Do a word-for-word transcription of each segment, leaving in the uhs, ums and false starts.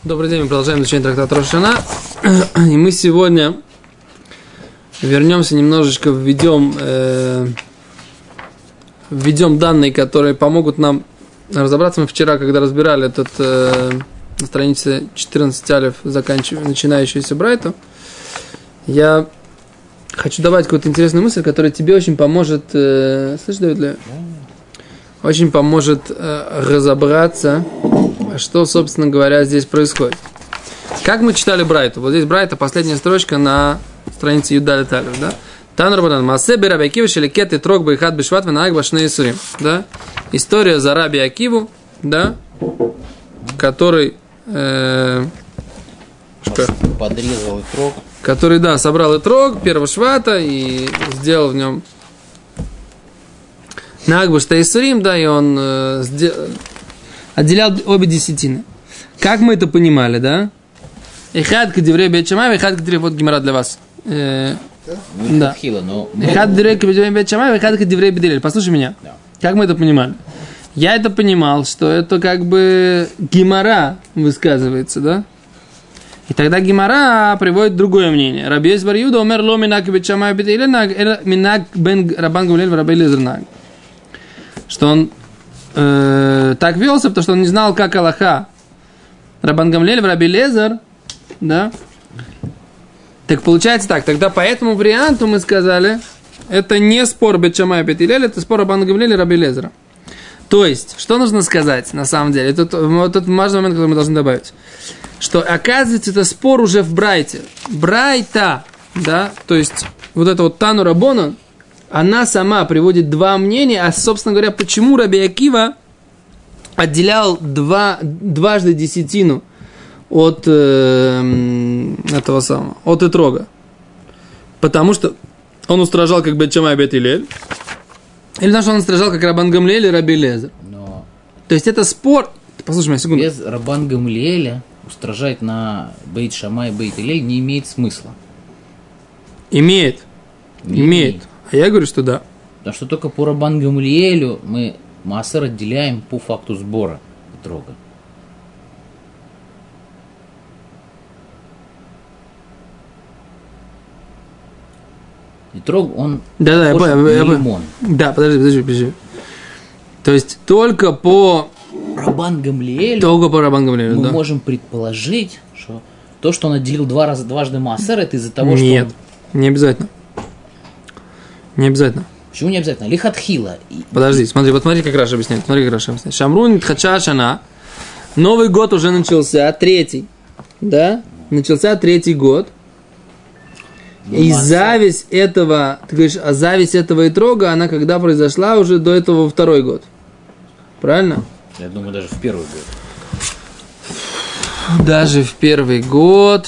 Добрый день, мы продолжаем изучение трактата Рош ха-Шана. И мы сегодня вернемся немножечко, введем, э, введем данные, которые помогут нам разобраться. Мы вчера, когда разбирали этот э, на странице четырнадцать алиф, заканчивая, начинающуюся брайту, я хочу добавить какую-то интересную мысль, которая тебе очень поможет, э, слышишь, Давид Леви? Очень поможет э, разобраться, что, собственно говоря, здесь происходит. Как мы читали брайту? Вот здесь брайта, последняя строчка на странице Юдаль Талев, да? Тан Рабанан. Масе би Раби Акива шеликет и трог бейхат бешват венаг башней сурим, да? История за Раби Акиву, да? Который э, подрезал и трог. Который, да, собрал и трог первого швата и сделал в нем Нагбаш Тайсурим, да, и он э, сдел... отделял обе десятины. Как мы это понимали, да? Эхад кадеврей бет шамай, эхад кадеврей, вот гемора для вас. Э, да. Эхад кадеврей бет шамай, эхад кадеврей бет Гилель. Послушай меня. Да. Как мы это понимали? Я это понимал, что это как бы гемора высказывается, да? И тогда гемора приводит другое мнение. Раби Йосеф бар Юда омер ло минак бет шамай бет Гилель, минак бен Рабан Гамлиэль в Раби Элиэзер наг. Что он э, так велся, потому что он не знал, как алаха Рабан Гамлиэль в Раби Элиэзер, да? Так получается так, тогда по этому варианту мы сказали, это не спор бет шамай бет Гилель, это спор Рабан Гамлиэля и Раби Элиэзера. То есть, что нужно сказать на самом деле? Это вот этот важный момент, который мы должны добавить. Что, оказывается, это спор уже в брайте. Брайта, да, то есть, вот это вот Тану Рабонан, она сама приводит два мнения, а, собственно говоря, почему Раби Акива отделял два, дважды десятину от э, этого самого, от Итрога. Потому что он устражал как бет шамай бет Гилель, или потому что он устражал как Рабан Гамлиэль и Раби Элиэзер. Но то есть это спор. Послушай меня секунду. Без Рабан Гамлиэля устражать на бет шамай и бет Гилель не имеет смысла. Имеет. Не имеет. имеет. А я говорю, что да. Потому что только по Рабан Гамлиэлю мы маасер отделяем по факту сбора Итрога. Итрог, он да, да, похож я, на я, лимон. Да, подожди, подожди, подожди. То есть только по Рабан Гамлиэлю, только по Рабан Гамлиэлю, мы да. можем предположить, что то, что он отделил два раза дважды маасер, это из-за того, что Нет, он... не обязательно. Не обязательно. Почему не обязательно? Лихатхила. Подожди, смотри, вот смотри, как Раша объясняет. Смотри, как Раша объясняет. Шамрун Тхача Шана. Новый год уже начался, третий. Да? Начался третий год. Ну, и масса. Зависть этого, ты говоришь, а зависть этого Итрога, она когда произошла уже до этого во второй год. Правильно? Я думаю, даже в первый год. Даже в первый год.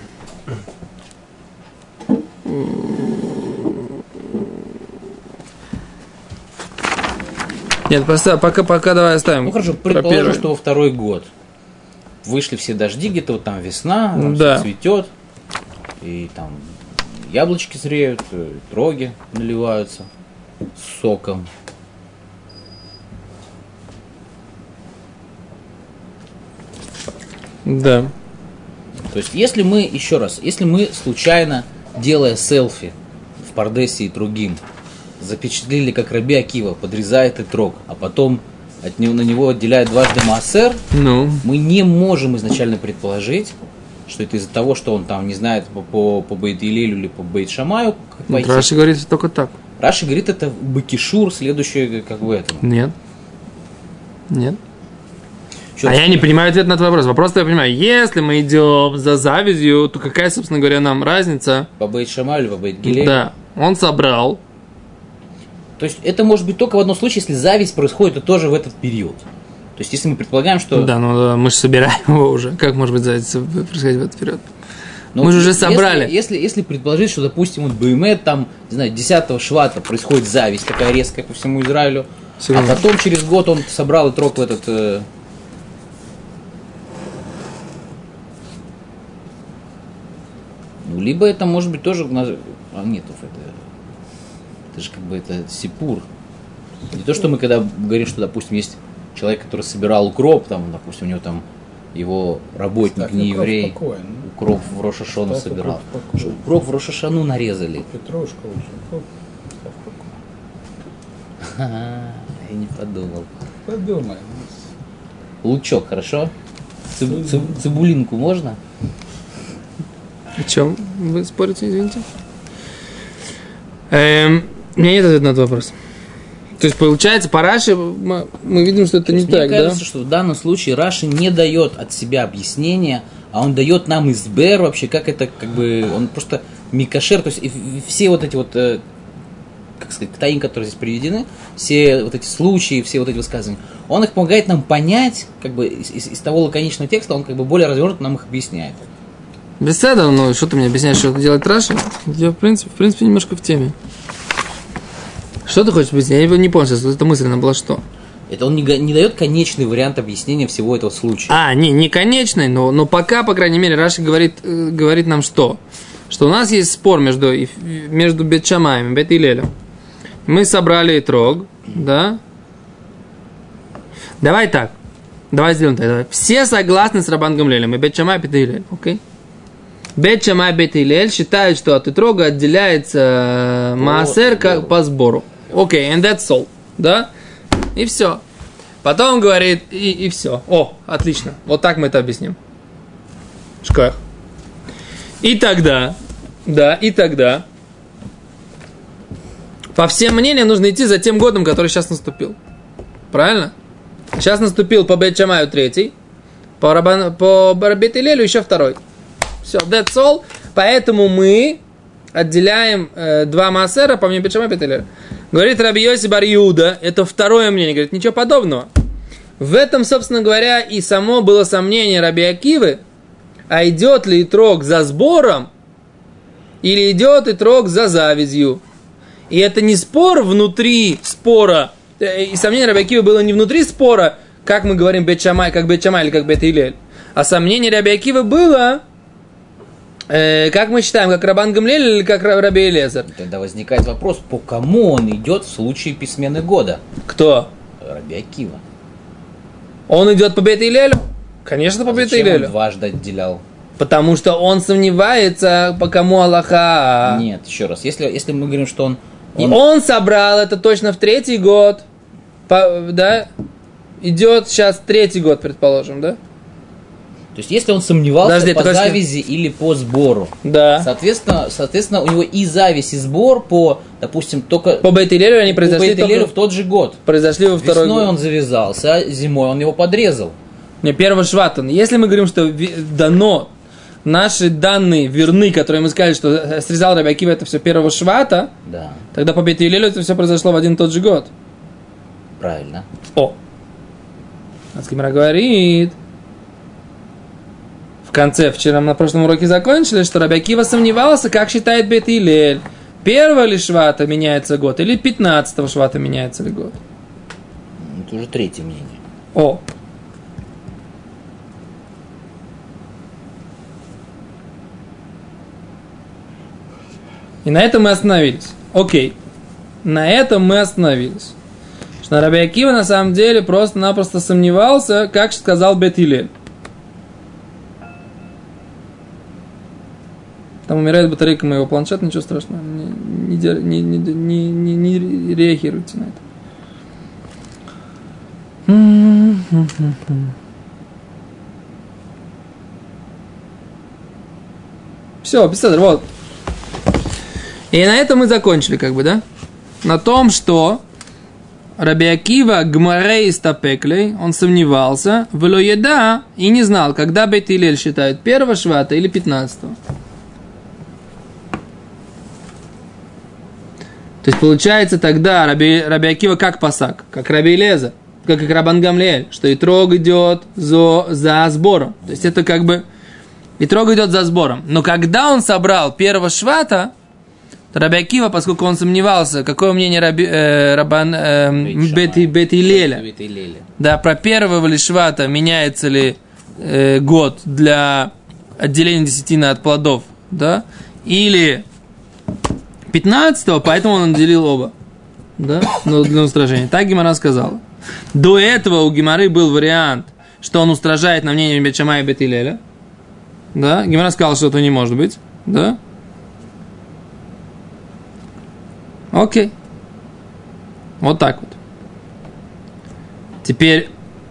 Нет, просто пока, пока давай оставим. Ну хорошо, предположим, что во второй год вышли все дожди, где-то вот там весна, там да. Все цветет, и там яблочки зреют, троги наливаются соком. Да. То есть, если мы, еще раз, если мы случайно, делая селфи в Пардесе и другим, запечатлели, как Раби Акива подрезает Итрог, а потом от него, на него отделяет дважды маасер, ну. Мы не можем изначально предположить, что это из-за того, что он там не знает по, по, по Бейт Гилелю или по Бейт Шамаю. Ну, Раши говорит только так. Раши говорит, это бакишур, следующее как бы этому. Нет. Нет. Что а я не понимаю ответ на твой вопрос. Вопрос-то я понимаю. Если мы идем за завистью, то какая, собственно говоря, нам разница? По Бейт Шамаю или по Бейт Гилелю? Да. Он собрал. То есть это может быть только в одном случае, если зависть происходит тоже в этот период. То есть если мы предполагаем, что... Да, ну мы же собираем его уже. Как может быть зависть происходить в этот период? Но мы же уже собрали. Если, если, если предположить, что, допустим, вот Беймет, там, не знаю, десятого швата происходит зависть такая резкая по всему Израилю, Серьезно? А потом через год он собрал Итрог в этот... Э... Ну, либо это может быть тоже... А нет, это... Это же как бы это сипур. Не то, что мы когда говорим, что, допустим, есть человек, который собирал укроп, там, допустим, у него там его работник, не еврей, укроп в Рош ха-Шану собирал. Укроп в Рош ха-Шану нарезали. Петрушка уже. Ха-ха, я не подумал. Подумай. Лучок, хорошо? Циб- циб- цибулинку можно? О чем вы спорите, извините? Эм, у меня нет ответа на этот вопрос. То есть, получается, по Раши мы, мы видим, что это не Мне так, кажется, да? что в данном случае Раши не дает от себя объяснения, а он дает нам избер вообще, как это, как бы, он просто микашер, то есть и, и все вот эти вот, э, как сказать, таим, которые здесь приведены, все вот эти случаи, все вот эти высказывания, он их помогает нам понять, как бы, из, из, из того лаконичного текста, он как бы более развернуто нам их объясняет. Беседа, ну что ты мне объясняешь, что делать Раши? Я, в принципе, в принципе, немножко в теме. Что ты хочешь объяснить? Я не понял, что эта мысль она была что? Это он не, не дает конечный вариант объяснения всего этого случая. А, не, не конечный, но, но пока, по крайней мере, Раши говорит, э, говорит нам что? Что у нас есть спор между, между Бет Шамаем и Бет Илелем. Мы собрали Этрог, да? Давай так. Давай сделаем так. Давай. Все согласны с Рабан Гамлиэлем. И Бет Шамай, и Бет Илель. Окей? Бет Шамай, Бет Илель считают, что от Этрога отделяется Маасер как по сбору. Окей, okay, and that's all. Да? И все. Потом говорит, и, и все. О, отлично. Вот так мы это объясним. Шках. И тогда, да, и тогда, по всем мнениям, нужно идти за тем годом, который сейчас наступил. Правильно? Сейчас наступил по Бет Шамаю третий, по, Рабан, по Бет Илелю еще второй. Все, that's all. Поэтому мы отделяем э, два маасера, по мне Бет Шамай, Бет Илель. Говорит Раби Йоси бар Иуда, это второе мнение, говорит, ничего подобного. В этом, собственно говоря, и само было сомнение Раби Акивы, а идет ли Итрог за сбором, или идет Итрог за завязью. И это не спор внутри спора, и сомнение Раби Акивы было не внутри спора, как мы говорим Бет Шамай, как Бет Шамай или как Бет Илель, а сомнение Раби Акивы было... Э, как мы считаем, как Рабан Гамлиэль или как Раби Элиэзер? Тогда возникает вопрос, по кому он идет в случае перемены года? Кто? Раби Акива. Он идет по Бет Илелю? Конечно, по А Бет зачем Илелю. он дважды отделял? Потому что он сомневается, по кому Аллаха. Нет, еще раз, если, если мы говорим, что он... И он... он собрал это точно в третий год. По, да? Идет сейчас третий год, предположим, да? То есть, если он сомневался Подожди, по подожди. завязи или по сбору, Да. соответственно, соответственно, у него и зависть, и сбор по, допустим, только... По Бет Илелю они по произошли, Бет Илелю только- в тот же год. произошли во второй Весной год. он завязался, а зимой он его подрезал. Не, первого швата. Если мы говорим, что ви- дано, наши данные верны, которые мы сказали, что срезал Раби Акива, это все первого швата, Да, тогда по Бет Илелю это все произошло в один и тот же год. правильно. О! Ацкимара говорит... В конце, вчера на прошлом уроке закончили, что Раби Акива сомневался, как считает Бет Илель. Первого ли швата меняется год, или пятнадцатого швата меняется ли год? Это уже третье мнение. О! И на этом мы остановились. Окей. На этом мы остановились. Что Раби Акива на самом деле просто-напросто сомневался, как сказал Бет Илель. Там умирает батарейка моего планшета, ничего страшного. Не, не, дер- не, не, не, не, не реагируйте на это. Все, беседа, вот. И на этом мы закончили, как бы, да? На том, что Раби Акива гмарей стапеклей, он сомневался, вело еда, и не знал, когда Бет Илель считают первого швата или пятнадцатого. То есть получается тогда Раби, Раби Акива как пасак, как Раби Элиэзер, как и Рабан Гамлиэль, что Итрог идет за, за сбором. То есть это как бы Итрог идет за сбором. Но когда он собрал первого швата, то Раби Акива, поскольку он сомневался, какое мнение Раби, э, Рабан э, Бет, Бет Илеля, Бет Илеля. да, про первого ли швата меняется ли э, год для отделения десятины от плодов, да, или пятнадцатого, поэтому он отделил оба, да, но для устражения. Так Гемара сказала. До этого у Гемары был вариант, что он устражает на мнение Бейт Шамая и Бейт Гилеля. Да, Гемара сказал, что это не может быть. Да? Окей. Вот так вот. Теперь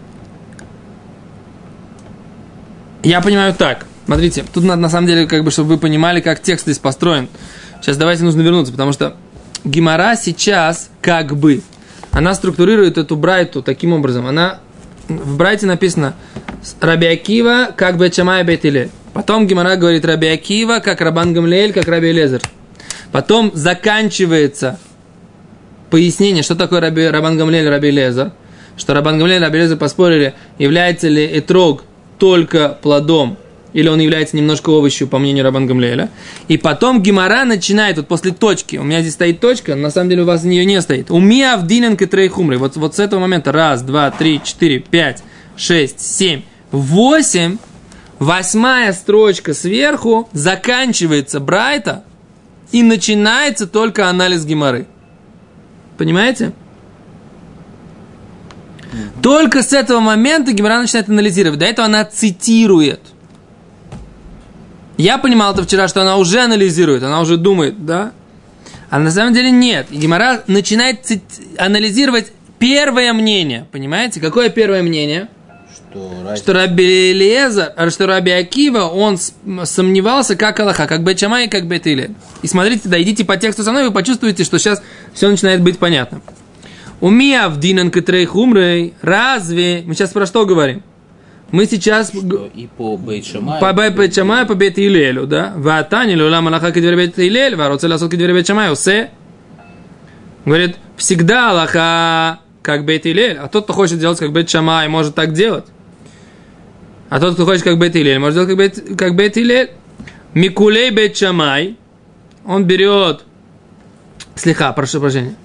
я понимаю так. Смотрите, тут надо, на самом деле, как бы, чтобы вы понимали, как текст здесь построен. Сейчас давайте нужно вернуться, потому что Гемара сейчас, как бы, она структурирует эту брайту таким образом. Она в брайте написано Раби Акива, как Бейт Шамай, Бейт Гилель. Потом Гемара говорит Раби Акива, как Рабан Гамлиэль, как Раби Элиэзер. Потом заканчивается пояснение, что такое Раби, Рабан Гамлиэль, Раби Элиэзер. Что Рабан Гамлиэль и Раби Элиэзер поспорили, является ли этрог только плодом, или он является немножко овощью, по мнению Рабан Гамлиэля. И потом Гемара начинает, вот после точки, у меня здесь стоит точка, на самом деле у вас нее не стоит. Уми авдинен кетрей хумры. Вот, вот с этого момента раз, два, три, четыре, пять, шесть, семь, восемь. Восьмая строчка сверху заканчивается брайта и начинается только анализ Гемары. Понимаете? Только с этого момента Гемара начинает анализировать. До этого она цитирует. Я понимал это вчера, что она уже анализирует, она уже думает, да? А на самом деле нет. И Гемара начинает цити- анализировать первое мнение. Понимаете? Какое первое мнение? Что, раз... что Раби Элиэзер, что Раби Акива, он сомневался, как Аллаха, как Бейт Шамай и как Бейт Гилель. И смотрите, да, идите по тексту со мной, вы почувствуете, что сейчас все начинает быть понятно. Умия в динан кетрей хумрей. Разве? Мы сейчас про что говорим? Мы сейчас... Что и по Бейт Шамай. По Бейт Шамай, по Бейт Гилелю, да? Ваатани леулам Аллаха кедвер Бейт Гилель, вароце ласот кедвер Бейт Шамай, усе. Говорит, всегда Аллаха как Бейт Гилель, а тот, кто хочет делать как Бейт Шамай, может так делать. А тот, кто хочет как Бейт Гилель, может делать как Бейт, как Бейт Гилель. Микулей Бейт Шамай, он берет... Слиха, прошу прощения.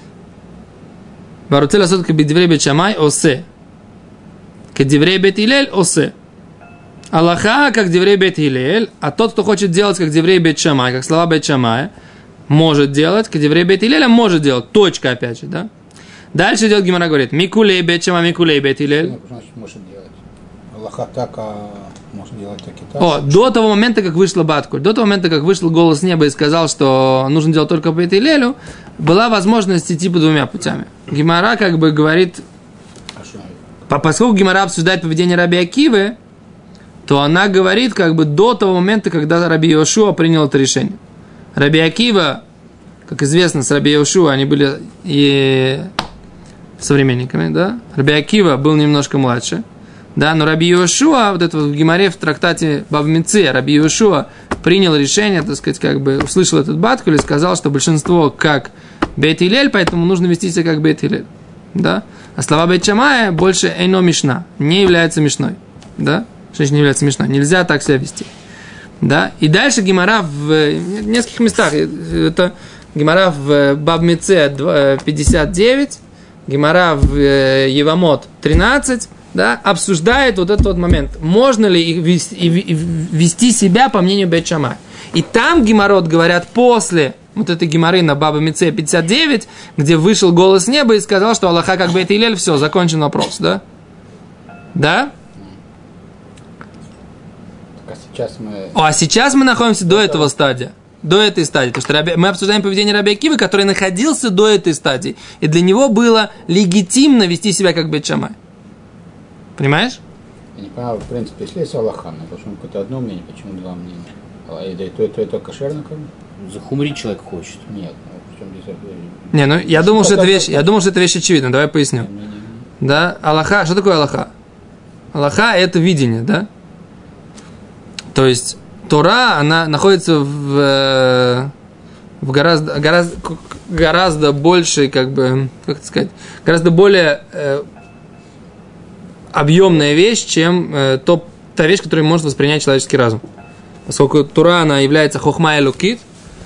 Вароце ласот кедвер Бейт Шамай, усе. Кедвер Бейт Гилель, усе. Аллаха как Деврей Бейт Гилель, а тот, кто хочет делать как Деврей Бейт Шамай, как слова Бейт Шамая, может делать, как Деврей Бейт Гилель, может делать. Точка, опять же, да? Дальше идет Гемара, говорит, Микулей Бейт Шамай, Микулей Бейт Гилель. Значит, может делать. Аллаха так, а может делать так и так. О, до того момента, как вышла Баткуль, до того момента, как вышел голос неба и сказал, что нужно делать только Бейт Гилелю, была возможность идти по двумя путями. Гемара как бы говорит, а поскольку Гемара обсуждает поведение Раби Акивы, то она говорит как бы до того момента, когда Раби Йошуа принял это решение. Раби Акива, как известно, с Раби Йошуа они были и современниками, да? Раби Акива был немножко младше, да, но Раби Йошуа, вот это вот в Гемаре в трактате Бав Меция, Раби Йошуа принял решение, так сказать, как бы услышал этот баткуль и сказал, что большинство как Бейт Гилель, поэтому нужно вести себя как Бейт Гилель, да? А слова Бейт Шамая больше эйно мишна, не является мишной, да? Что значит не является мишной? Нельзя так себя вести, да? И дальше Гемара в нескольких местах, это Гемара в Бав Меция пятьдесят девять, Гемара в Евамот тринадцать, да, обсуждает вот этот вот момент. Можно ли вести, вести себя по мнению Бейт Шамая? И там Гемарот говорят после вот этой Гемары на Бава Меция пятьдесят девять, где вышел голос неба и сказал, что Аллаха как Бейт Гилель, все, закончен вопрос, да? Да? Так, а сейчас мы... О, а сейчас мы находимся до этого стадия. До этой стадии. Потому что Раби, мы обсуждаем поведение Раби Акивы, который находился до этой стадии. И для него было легитимно вести себя как Бейт Шамай. Понимаешь? Я не понимаю, в принципе, если есть Аллаха, но почему какое-то одно мнение, почему два мнения? А и то, и то, и то кошерно, как бы? Захумрить человек хочет. Нет, ну в чем здесь... Не, ну я думал, что это вещь, я думал, что это вещь очевидна. Давай поясню. Да, Аллаха, что такое Аллаха? Аллаха – это видение, да? То есть Тора, она находится в, в гораздо, гораздо, гораздо большей, как бы, как это сказать, гораздо более э, объемная вещь, чем э, то, та вещь, которую может воспринять человеческий разум. Поскольку Тора, она является хохма элокит,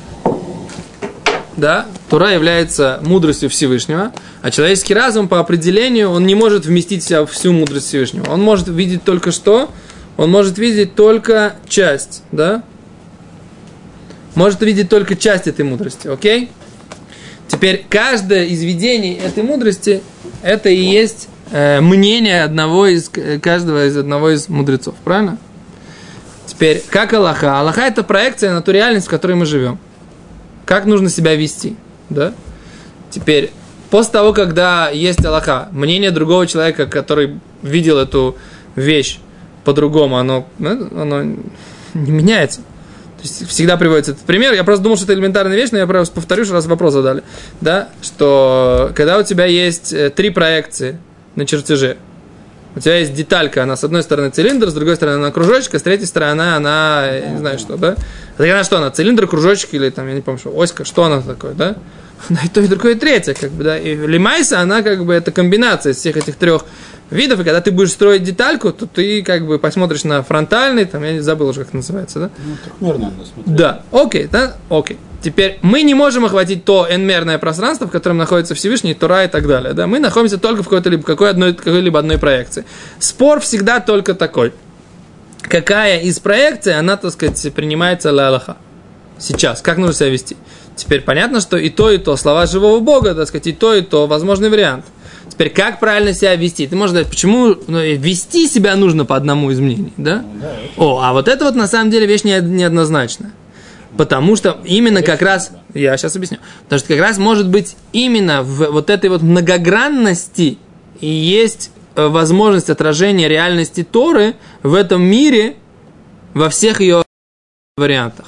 да, Тора является мудростью Всевышнего, а человеческий разум по определению, он не может вместить в себя всю мудрость Всевышнего. Он может видеть только что, он может видеть только часть, да? Может видеть только часть этой мудрости, окей? Теперь каждое из видений этой мудрости, это и есть э, мнение одного из, каждого из одного из мудрецов, правильно? Теперь, как Аллаха? Аллаха – это проекция на ту реальность, в которой мы живем. Как нужно себя вести, да? Теперь, после того, когда есть Аллаха, мнение другого человека, который видел эту вещь по-другому, оно, оно не меняется. То есть, всегда приводится этот пример. Я просто думал, что это элементарная вещь, но я просто повторю, раз вопрос задали. Да? Что, когда у тебя есть три проекции на чертеже, у тебя есть деталька, она с одной стороны цилиндр, с другой стороны она кружочек, а с третьей стороны она, я не знаю что, да? Она что, она цилиндр, кружочек или там, я не помню, что, оська, что она такое, да? Она и то, и другое, и третье, как бы, да? И лимайса, она как бы, это комбинация из всех этих трех видов, и когда ты будешь строить детальку, то ты как бы посмотришь на фронтальный, там, я не забыл уже, как это называется, да? Ну, трехмерно надо смотреть. Да, окей, да, окей. Теперь мы не можем охватить то n-мерное пространство, в котором находится Всевышний, Тора и так далее. Да? Мы находимся только в какой-то, какой одной, какой-либо одной проекции. Спор всегда только такой. Какая из проекций, она, так сказать, принимается ля Аллаха. Сейчас, как нужно себя вести? Теперь понятно, что и то, и то, слова живого Бога, так сказать, и то, и то, возможный вариант. Теперь, как правильно себя вести? Ты можешь сказать, почему ну, вести себя нужно по одному из мнений, да? Ну, да, О, а вот это вот на самом деле вещь неоднозначная. Потому что именно как раз, я сейчас объясню, потому что как раз может быть именно в вот этой вот многогранности и есть возможность отражения реальности Торы в этом мире во всех ее вариантах.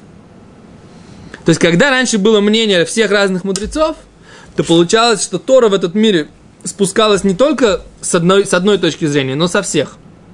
То есть, когда раньше было мнение всех разных мудрецов, то получалось, что Тора в этот мире спускалась не только с одной, с одной точки зрения, но со всех.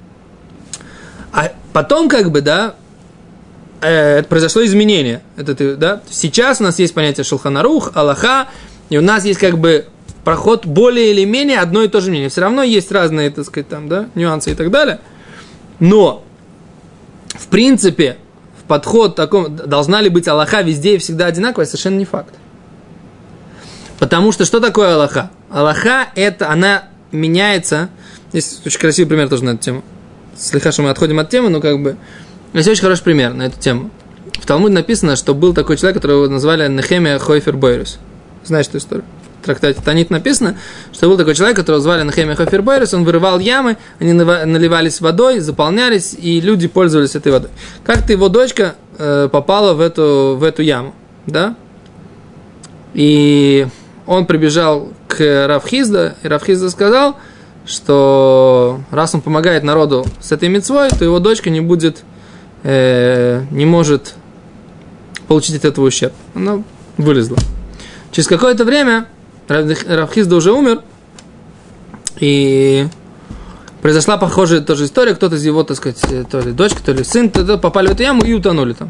А потом, как бы, да, э, произошло изменение. Это, да? Сейчас у нас есть понятие Шулхан Арух, Аллаха, и у нас есть как бы проход более или менее одно и то же мнение. Все равно есть разные, так сказать, там, да, нюансы и так далее. Но, в принципе, в подход таком, должна ли быть Аллаха везде и всегда одинаковая, совершенно не факт. Потому что что такое Аллаха? Аллаха это, она меняется. Есть очень красивый пример тоже на эту тему. Слегка, что мы отходим от темы, но как бы... Есть очень хороший пример на эту тему. В Талмуде написано, что был такой человек, которого назвали Нехемия Хойфер Бойрус. Знаешь эту историю? В трактате Танит написано, что был такой человек, которого звали Нехемия Хойфер Бойрус. Он вырывал ямы, они наливались водой, заполнялись, и люди пользовались этой водой. Как-то его дочка э, попала в эту, в эту яму, да? И он прибежал к Рав Хизда, и Рав Хизда сказал, что раз он помогает народу с этой мицвой, то его дочка не будет, э, не может получить от этого ущерб. Она вылезла. Через какое-то время Рав Хизда уже умер, и произошла похожая тоже история. Кто-то из его, так сказать, то ли дочка, то ли сын, то попали в эту яму и утонули там.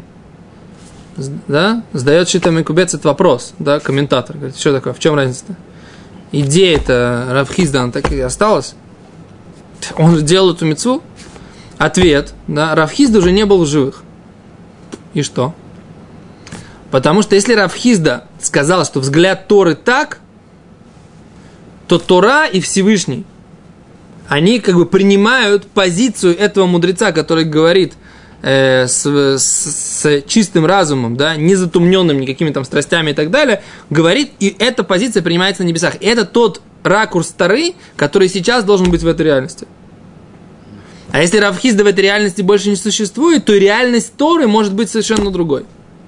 Да? Задает Шитам и Кубец этот вопрос, да, комментатор. Говорит, что такое, в чем разница-то? Идея-то Рав Хизда, она так и осталась. Он делал эту мицву. Ответ, да, Рав Хизда уже не был в живых. И что? Потому что если Рав Хизда сказал, что взгляд Торы так, то Тора и Всевышний, они как бы принимают позицию этого мудреца, который говорит э, с, с, с чистым разумом, да, не затумненным никакими там страстями и так далее, говорит, и эта позиция принимается на небесах. И это тот ракурс Торы, который сейчас должен быть в этой реальности. А если Рав Хизда в этой реальности больше не существует, то реальность Торы может быть совершенно другой.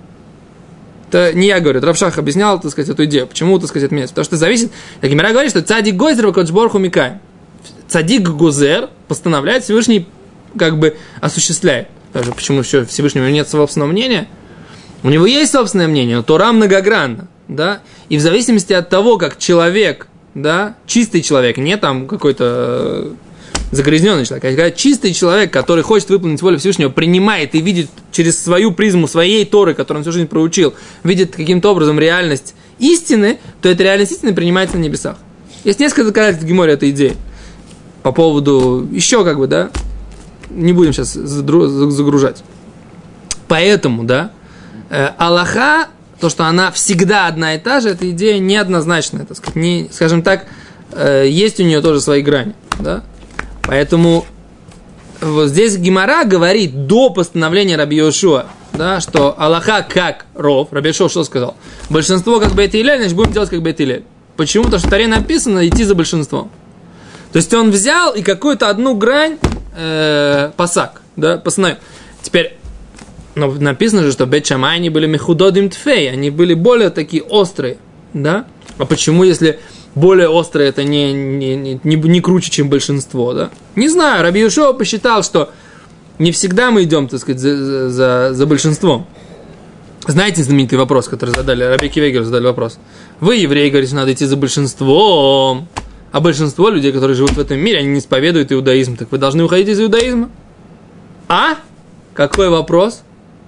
Это не я говорю, Рав Шах объяснял, так сказать, эту идею. Почему, так сказать, меняется? Потому что зависит, как Гемара говорит, что цадик гозер вакодшборху микаем. Цадик гозер постановляет, Всевышний как бы осуществляет. Даже почему еще Всевышнего нет собственного мнения? У него есть собственное мнение, но Тора многогранна, да? И в зависимости от того, как человек, да, чистый человек, не там какой-то загрязненный человек, а когда чистый человек, который хочет выполнить волю Всевышнего, принимает и видит через свою призму своей Торы, которую он всю жизнь проучил, видит каким-то образом реальность истины, то эта реальность истины принимается на небесах. Есть несколько доказательств в Геморе этой идеи. По поводу еще как бы, да, не будем сейчас загружать. Поэтому, да, Аллаха, то, что она всегда одна и та же, эта идея неоднозначная, так сказать, не, скажем так, есть у нее тоже свои грани, да. Поэтому вот здесь Гемара говорит до постановления Раби Йошуа, да, что Аллаха как ров. Раби Йошуа что сказал? Большинство как Бейт Гиллель, значит будем делать как Бейт Гиллель. Почему? Потому что в Торе написано идти за большинством. То есть он взял и какую-то одну грань э, пасак, да, постановил. Теперь, ну, написано же, что Бейт Шамай, они были мехудодим тфей, они были более такие острые, да? А почему, если более острые, это не, не, не, не, не круче, чем большинство, да? Не знаю, Раби Йошуа посчитал, что не всегда мы идем, так сказать, за, за, за большинством. Знаете знаменитый вопрос, который задали, Раби Акива задали вопрос. Вы, евреи, говорите, надо идти за большинством, а большинство людей, которые живут в этом мире, они не исповедуют иудаизм, так вы должны уходить из иудаизма? А? Какой вопрос?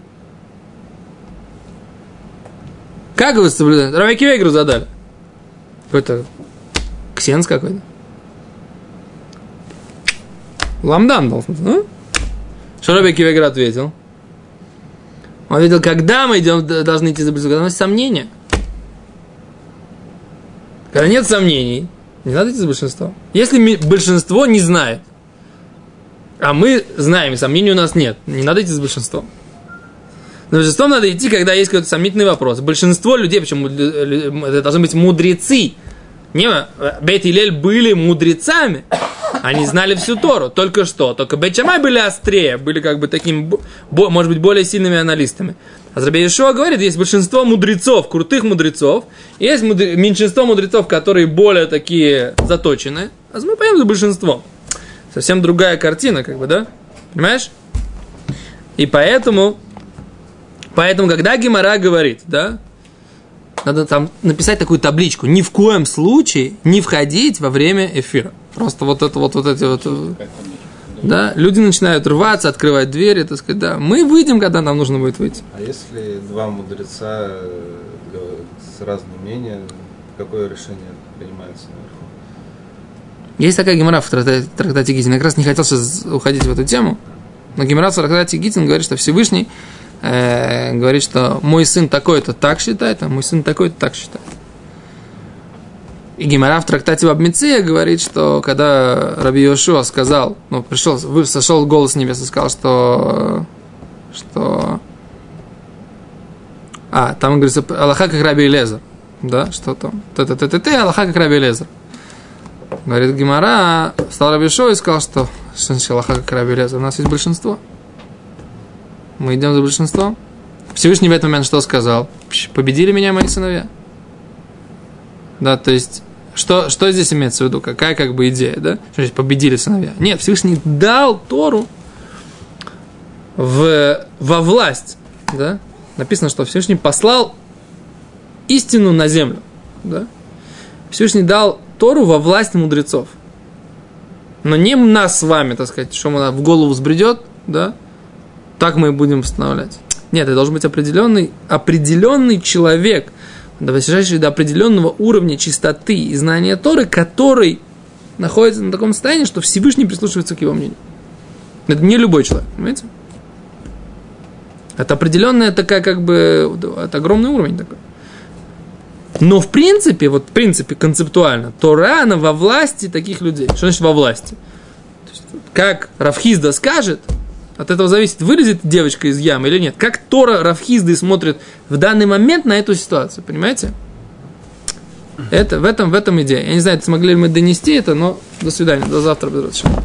Как вы соблюдаете? Раби Акива задали. Какой-то ксенс какой-то. Ламдан должен, ну? Что Раби Акива ответил? Он ответил, когда мы идем, должны идти за большинство, когда у нас есть сомнения. Когда нет сомнений, не надо идти за большинство. Если большинство не знает, а мы знаем, и сомнений у нас нет, не надо идти за большинством. За большинством надо идти, когда есть какой-то сомнительный вопрос. Большинство людей, почему это должны быть мудрецы. Не, Бейт Илель были мудрецами. Они знали всю Тору. Только что. Только Бейт Шамай были острее. Были как бы такими, может быть, более сильными аналистами. А Раби Йошуа говорит, есть большинство мудрецов, крутых мудрецов. И есть мудр... меньшинство мудрецов, которые более такие заточенные. А мы пойдем за большинством. Совсем другая картина, как бы, да? Понимаешь? И поэтому... Поэтому, когда Гемара говорит, да, надо там написать такую табличку, ни в коем случае не входить во время эфира. Просто вот это вот, вот эти вот, да, люди начинают рваться, открывать двери, так сказать, да, мы выйдем, когда нам нужно будет выйти. А если два мудреца с разным мнением, какое решение принимается наверху? Есть такая Гемара в трактате, трактате Гитин, я как раз не хотел сейчас уходить в эту тему, но Гемара в трактате Гитин говорит, что Всевышний Э, говорит, что мой сын такой-то так считает, а мой сын такой-то так считает. И Гемара в трактате Баб Меция говорит, что когда Раби Йошуа сказал, ну, пришел, сошел голос с небес и сказал, что, что, а, там говорится, Аллаха как Раби Элиэзер, да, что там, т-т-т-т-т, Аллаха как Раби Элиэзер. Говорит Гемара, встал Раби Йошуа и сказал, что, что значит Аллаха как Раби Элиэзер, у нас есть большинство. Мы идем за большинством. Всевышний в этот момент что сказал? Победили меня мои сыновья. Да, то есть, что, что здесь имеется в виду? Какая как бы идея, да? Что здесь победили сыновья? Нет, Всевышний дал Тору в, во власть, да? Написано, что Всевышний послал истину на землю, да? Всевышний дал Тору во власть мудрецов. Но не нас с вами, так сказать, что мы в голову взбредет, да? Так мы и будем восстанавливать. Нет, это должен быть определенный, определенный человек, достигающий до определенного уровня чистоты и знания Торы, который находится на таком состоянии, что Всевышний прислушивается к его мнению. Это не любой человек, понимаете? Это определенная такая, как бы, это огромный уровень такой. Но в принципе, вот в принципе, концептуально, Тора, она во власти таких людей. Что значит во власти? То есть, как Рав Хизда скажет, от этого зависит, вылезет девочка из ямы или нет. Как Тора Рав Хизды смотрит в данный момент на эту ситуацию, понимаете? Это, в, этом, в этом идея. Я не знаю, смогли ли мы донести это, но до свидания, до завтра.